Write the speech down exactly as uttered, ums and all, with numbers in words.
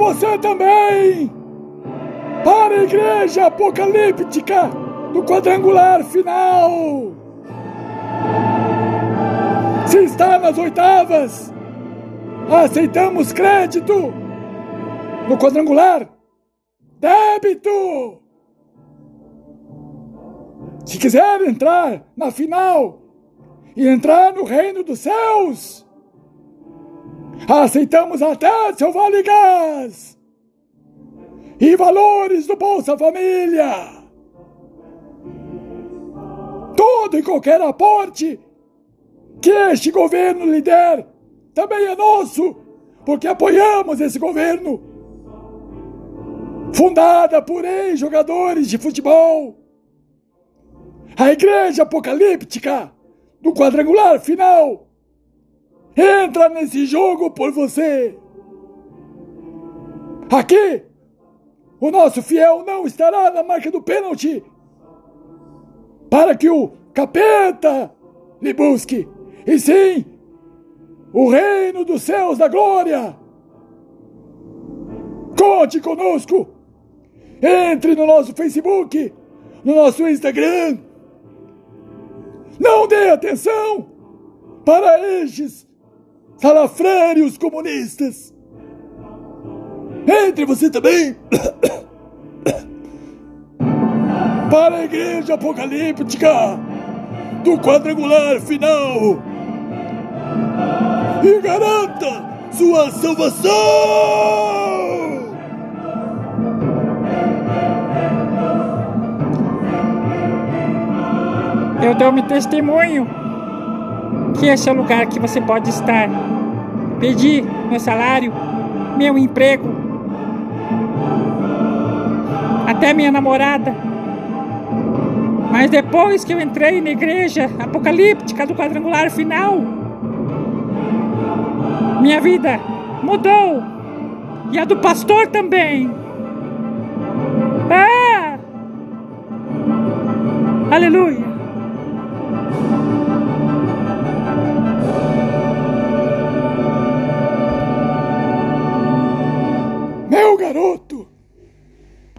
você também para a igreja apocalíptica do quadrangular final. Se está nas oitavas, aceitamos crédito. No quadrangular, débito. Se quiser entrar na final e entrar no reino dos céus, aceitamos até seu Vale Gás e valores do Bolsa Família. Todo e qualquer aporte que este governo lhe der também é nosso, porque apoiamos esse governo, fundada por ex-jogadores de futebol. A igreja apocalíptica do quadrangular final entra nesse jogo por você. Aqui, o nosso fiel não estará na marca do pênalti para que o capeta lhe busque, e sim o reino dos céus da glória. Conte conosco. Entre no nosso Facebook, no nosso Instagram. Não dê atenção para estes salafrários comunistas. Entre você também para a igreja apocalíptica do quadrangular final e garanta sua salvação. Eu dou-me testemunho que esse é o lugar que você pode estar. Pedi meu salário, meu emprego, até minha namorada. Mas depois que eu entrei na igreja apocalíptica do quadrangular final, minha vida mudou. E a do pastor também. Ah! Aleluia!